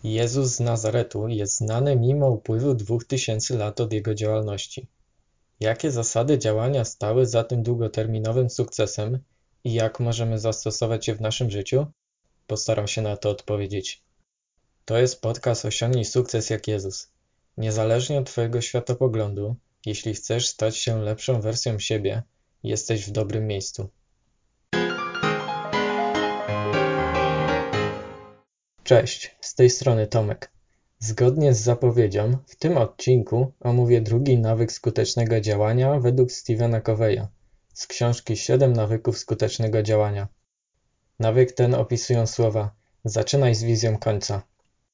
Jezus z Nazaretu jest znany mimo upływu 2000 lat od jego działalności. Jakie zasady działania stały za tym długoterminowym sukcesem i jak możemy zastosować je w naszym życiu? Postaram się na to odpowiedzieć. To jest podcast Osiągnij sukces jak Jezus. Niezależnie od Twojego światopoglądu, jeśli chcesz stać się lepszą wersją siebie, jesteś w dobrym miejscu. Cześć, z tej strony Tomek. Zgodnie z zapowiedzią, w tym odcinku omówię drugi nawyk skutecznego działania według Stephena Coveya z książki 7 nawyków skutecznego działania. Nawyk ten opisują słowa: zaczynaj z wizją końca.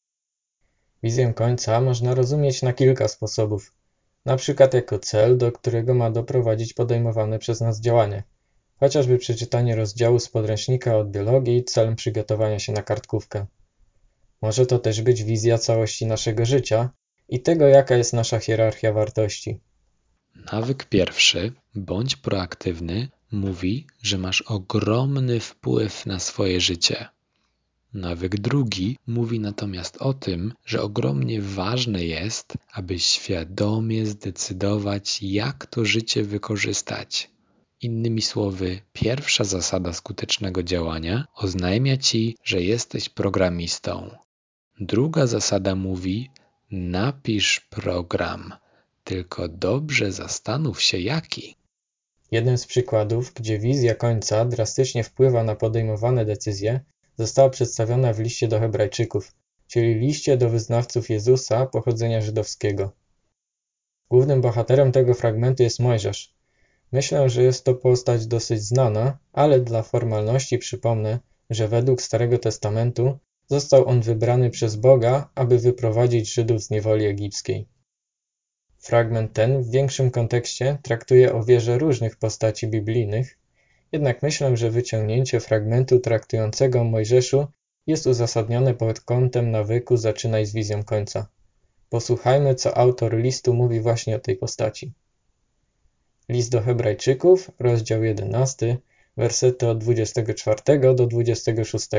Wizję końca można rozumieć na kilka sposobów, na przykład jako cel, do którego ma doprowadzić podejmowane przez nas działanie, chociażby przeczytanie rozdziału z podręcznika od biologii celem przygotowania się na kartkówkę. Może to też być wizja całości naszego życia i tego, jaka jest nasza hierarchia wartości. Nawyk pierwszy, bądź proaktywny, mówi, że masz ogromny wpływ na swoje życie. Nawyk drugi mówi natomiast o tym, że ogromnie ważne jest, aby świadomie zdecydować, jak to życie wykorzystać. Innymi słowy, pierwsza zasada skutecznego działania oznajmia ci, że jesteś programistą. Druga zasada mówi: napisz program, tylko dobrze zastanów się jaki. Jednym z przykładów, gdzie wizja końca drastycznie wpływa na podejmowane decyzje, została przedstawiona w liście do Hebrajczyków, czyli liście do wyznawców Jezusa pochodzenia żydowskiego. Głównym bohaterem tego fragmentu jest Mojżesz. Myślę, że jest to postać dosyć znana, ale dla formalności przypomnę, że według Starego Testamentu został on wybrany przez Boga, aby wyprowadzić Żydów z niewoli egipskiej. Fragment ten w większym kontekście traktuje o wierze różnych postaci biblijnych, jednak myślę, że wyciągnięcie fragmentu traktującego o Mojżeszu jest uzasadnione pod kątem nawyku zaczynaj z wizją końca. Posłuchajmy, co autor listu mówi właśnie o tej postaci. List do Hebrajczyków, rozdział 11, wersety od 24 do 26.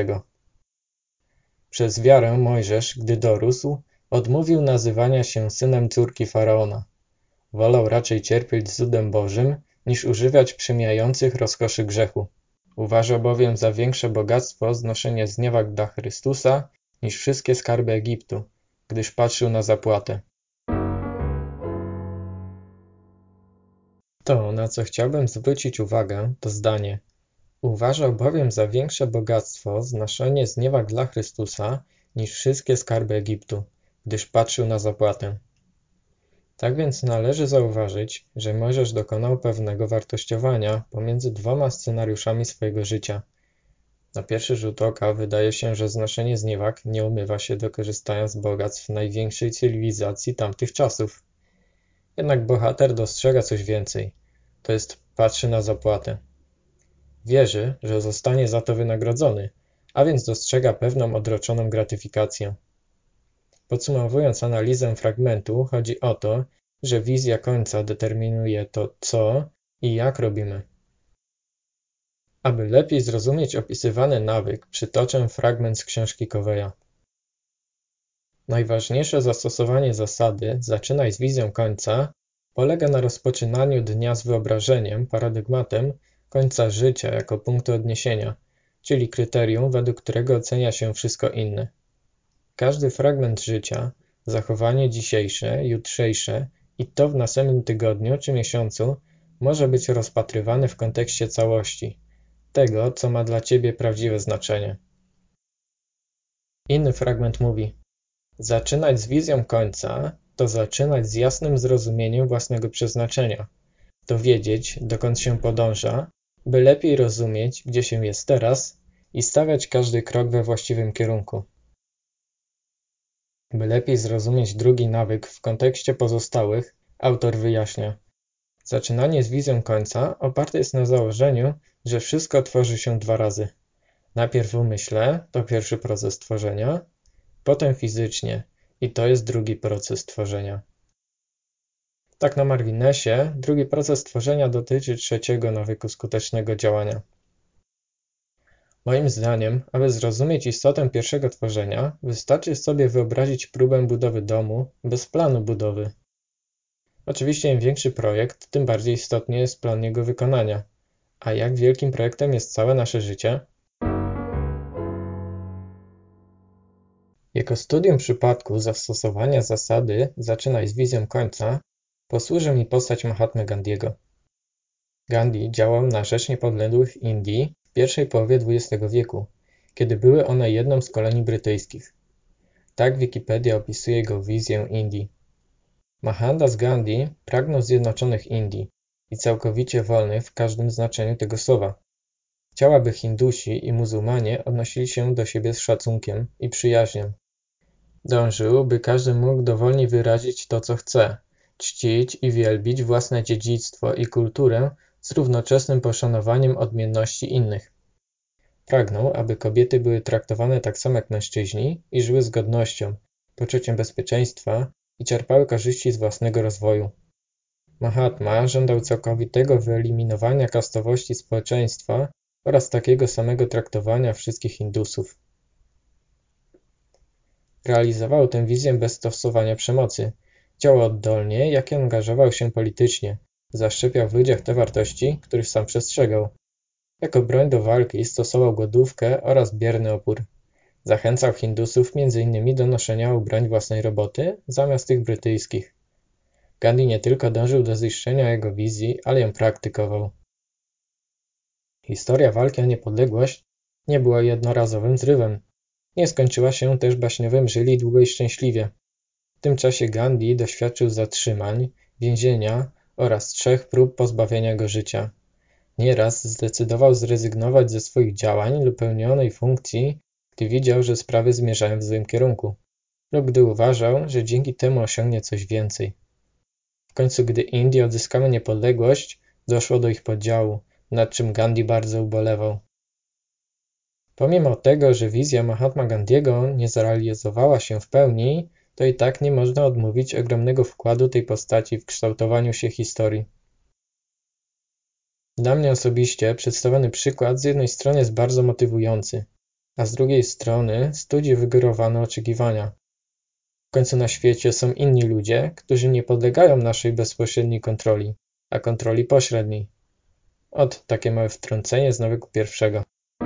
Przez wiarę Mojżesz, gdy dorósł, odmówił nazywania się synem córki Faraona. Wolał raczej cierpieć z ludem Bożym, niż używać przemijających rozkoszy grzechu. Uważał bowiem za większe bogactwo znoszenie zniewag dla Chrystusa, niż wszystkie skarby Egiptu, gdyż patrzył na zapłatę. To, na co chciałbym zwrócić uwagę, to zdanie: uważał bowiem za większe bogactwo znoszenie zniewag dla Chrystusa, niż wszystkie skarby Egiptu, gdyż patrzył na zapłatę. Tak więc należy zauważyć, że Mojżesz dokonał pewnego wartościowania pomiędzy dwoma scenariuszami swojego życia. Na pierwszy rzut oka wydaje się, że znoszenie zniewag nie umywa się do korzystania z bogactw największej cywilizacji tamtych czasów. Jednak bohater dostrzega coś więcej, to jest patrzy na zapłatę. Wierzy, że zostanie za to wynagrodzony, a więc dostrzega pewną odroczoną gratyfikację. Podsumowując analizę fragmentu, chodzi o to, że wizja końca determinuje to, co i jak robimy. Aby lepiej zrozumieć opisywany nawyk, przytoczę fragment z książki Coveya. Najważniejsze zastosowanie zasady zaczynaj z wizją końca polega na rozpoczynaniu dnia z wyobrażeniem, paradygmatem końca życia jako punktu odniesienia, czyli kryterium, według którego ocenia się wszystko inne. Każdy fragment życia, zachowanie dzisiejsze, jutrzejsze i to w następnym tygodniu czy miesiącu może być rozpatrywany w kontekście całości, tego, co ma dla ciebie prawdziwe znaczenie. Inny fragment mówi: zaczynać z wizją końca to zaczynać z jasnym zrozumieniem własnego przeznaczenia, to wiedzieć, dokąd się podąża, by lepiej rozumieć, gdzie się jest teraz i stawiać każdy krok we właściwym kierunku. By lepiej zrozumieć drugi nawyk w kontekście pozostałych, autor wyjaśnia: zaczynanie z wizją końca oparte jest na założeniu, że wszystko tworzy się dwa razy. Najpierw w umyśle, to pierwszy proces tworzenia, potem fizycznie i to jest drugi proces tworzenia. Tak na marginesie, drugi proces tworzenia dotyczy trzeciego nawyku skutecznego działania. Moim zdaniem, aby zrozumieć istotę pierwszego tworzenia, wystarczy sobie wyobrazić próbę budowy domu bez planu budowy. Oczywiście im większy projekt, tym bardziej istotny jest plan jego wykonania. A jak wielkim projektem jest całe nasze życie? Jako studium przypadku zastosowania zasady "zaczynaj z wizją końca" posłuży mi postać Mahatmy Gandiego. Gandhi działał na rzecz niepodległych Indii w pierwszej połowie XX wieku, kiedy były one jedną z kolonii brytyjskich. Tak Wikipedia opisuje jego wizję Indii. Mohandas Gandhi pragnął zjednoczonych Indii i całkowicie wolnych w każdym znaczeniu tego słowa. Chciał, aby Hindusi i muzułmanie odnosili się do siebie z szacunkiem i przyjaźnią. Dążył, by każdy mógł dowolnie wyrazić to, co chce, czcić i wielbić własne dziedzictwo i kulturę z równoczesnym poszanowaniem odmienności innych. Pragnął, aby kobiety były traktowane tak samo jak mężczyźni i żyły z godnością, poczuciem bezpieczeństwa i czerpały korzyści z własnego rozwoju. Mahatma żądał całkowitego wyeliminowania kastowości społeczeństwa oraz takiego samego traktowania wszystkich Hindusów. Realizował tę wizję bez stosowania przemocy. Działał oddolnie, jak i angażował się politycznie. Zaszczepiał w ludziach te wartości, których sam przestrzegał. Jako broń do walki stosował głodówkę oraz bierny opór. Zachęcał Hindusów m.in. do noszenia ubrań własnej roboty zamiast tych brytyjskich. Gandhi nie tylko dążył do ziszczenia jego wizji, ale ją praktykował. Historia walki o niepodległość nie była jednorazowym zrywem. Nie skończyła się też baśniowym żyli długo i szczęśliwie. W tym czasie Gandhi doświadczył zatrzymań, więzienia oraz 3 prób pozbawienia go życia. Nieraz zdecydował zrezygnować ze swoich działań lub pełnionej funkcji, gdy widział, że sprawy zmierzają w złym kierunku, lub gdy uważał, że dzięki temu osiągnie coś więcej. W końcu, gdy Indie odzyskały niepodległość, doszło do ich podziału, nad czym Gandhi bardzo ubolewał. Pomimo tego, że wizja Mahatmy Gandiego nie zrealizowała się w pełni, to i tak nie można odmówić ogromnego wkładu tej postaci w kształtowaniu się historii. Dla mnie osobiście przedstawiony przykład z jednej strony jest bardzo motywujący, a z drugiej strony studzi wygórowane oczekiwania. W końcu na świecie są inni ludzie, którzy nie podlegają naszej bezpośredniej kontroli, a kontroli pośredniej. Takie małe wtrącenie z nawyku pierwszego.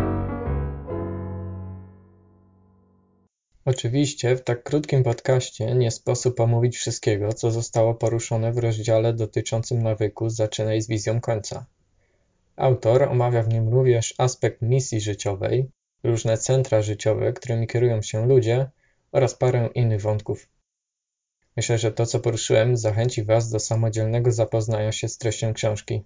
Oczywiście w tak krótkim podcaście nie sposób omówić wszystkiego, co zostało poruszone w rozdziale dotyczącym nawyku "Zaczynaj z wizją końca". Autor omawia w nim również aspekt misji życiowej, różne centra życiowe, którymi kierują się ludzie oraz parę innych wątków. Myślę, że to, co poruszyłem, zachęci Was do samodzielnego zapoznania się z treścią książki.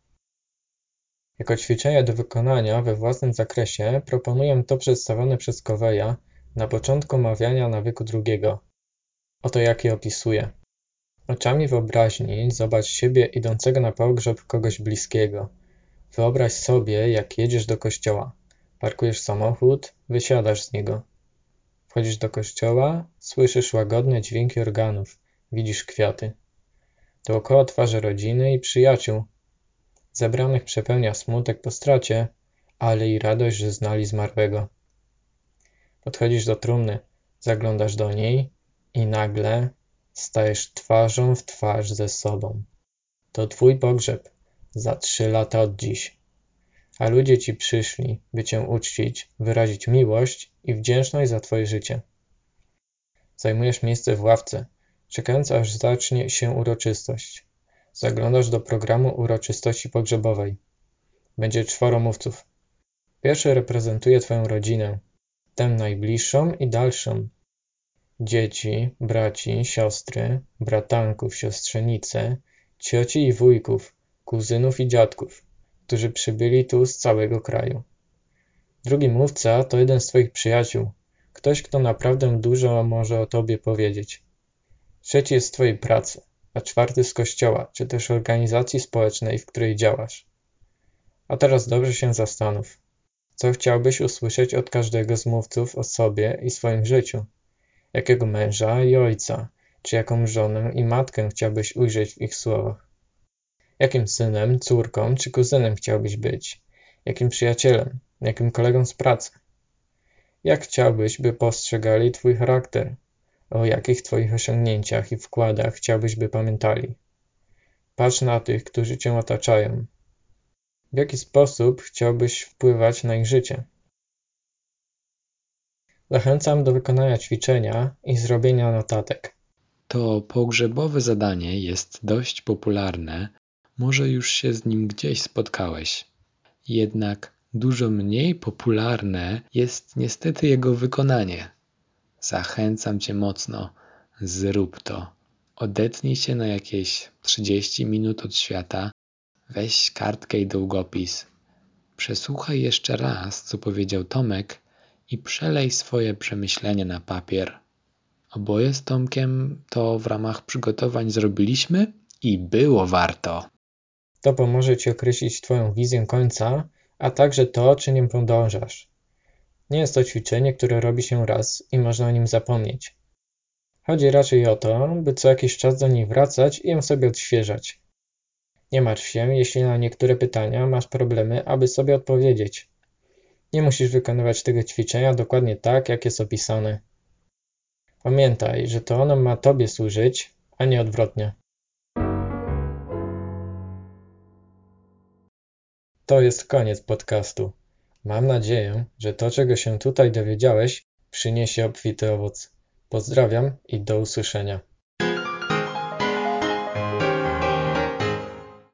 Jako ćwiczenie do wykonania we własnym zakresie proponuję to przedstawione przez Coveya na początku omawiania nawyku drugiego. Oto jak je opisuje. Oczami wyobraźni zobacz siebie idącego na pogrzeb kogoś bliskiego. Wyobraź sobie, jak jedziesz do kościoła. Parkujesz samochód, wysiadasz z niego. Wchodzisz do kościoła, słyszysz łagodne dźwięki organów, widzisz kwiaty. Dookoła twarze rodziny i przyjaciół. Zebranych przepełnia smutek po stracie, ale i radość, że znali zmarłego. Podchodzisz do trumny, zaglądasz do niej i nagle stajesz twarzą w twarz ze sobą. To twój pogrzeb za 3 lata od dziś. A ludzie ci przyszli, by cię uczcić, wyrazić miłość i wdzięczność za twoje życie. Zajmujesz miejsce w ławce, czekając aż zacznie się uroczystość. Zaglądasz do programu uroczystości pogrzebowej. Będzie 4 mówców. Pierwszy reprezentuje twoją rodzinę, tę najbliższą i dalszą. Dzieci, braci, siostry, bratanków, siostrzenice, cioci i wujków, kuzynów i dziadków, którzy przybyli tu z całego kraju. Drugi mówca to jeden z twoich przyjaciół, ktoś, kto naprawdę dużo może o tobie powiedzieć. Trzeci jest z twojej pracy, a 4 z kościoła, czy też organizacji społecznej, w której działasz. A teraz dobrze się zastanów. Co chciałbyś usłyszeć od każdego z mówców o sobie i swoim życiu? Jakiego męża i ojca, czy jaką żonę i matkę chciałbyś ujrzeć w ich słowach? Jakim synem, córką czy kuzynem chciałbyś być? Jakim przyjacielem? jakim kolegom z pracy? Jak chciałbyś, by postrzegali twój charakter? O jakich twoich osiągnięciach i wkładach chciałbyś, by pamiętali? Patrz na tych, którzy cię otaczają. W jaki sposób chciałbyś wpływać na ich życie? Zachęcam do wykonania ćwiczenia i zrobienia notatek. To pogrzebowe zadanie jest dość popularne, może już się z nim gdzieś spotkałeś. Jednak dużo mniej popularne jest niestety jego wykonanie. Zachęcam cię mocno, zrób to. Odetnij się na jakieś 30 minut od świata, weź kartkę i długopis. Przesłuchaj jeszcze raz, co powiedział Tomek i przelej swoje przemyślenia na papier. Oboje z Tomkiem to w ramach przygotowań zrobiliśmy i było warto. To pomoże ci określić twoją wizję końca, a także to, czy nią podążasz. Nie jest to ćwiczenie, które robi się raz i można o nim zapomnieć. Chodzi raczej o to, by co jakiś czas do niej wracać i ją sobie odświeżać. Nie martw się, jeśli na niektóre pytania masz problemy, aby sobie odpowiedzieć. Nie musisz wykonywać tego ćwiczenia dokładnie tak, jak jest opisane. Pamiętaj, że to ono ma tobie służyć, a nie odwrotnie. To jest koniec podcastu. Mam nadzieję, że to, czego się tutaj dowiedziałeś, przyniesie obfity owoc. Pozdrawiam i do usłyszenia.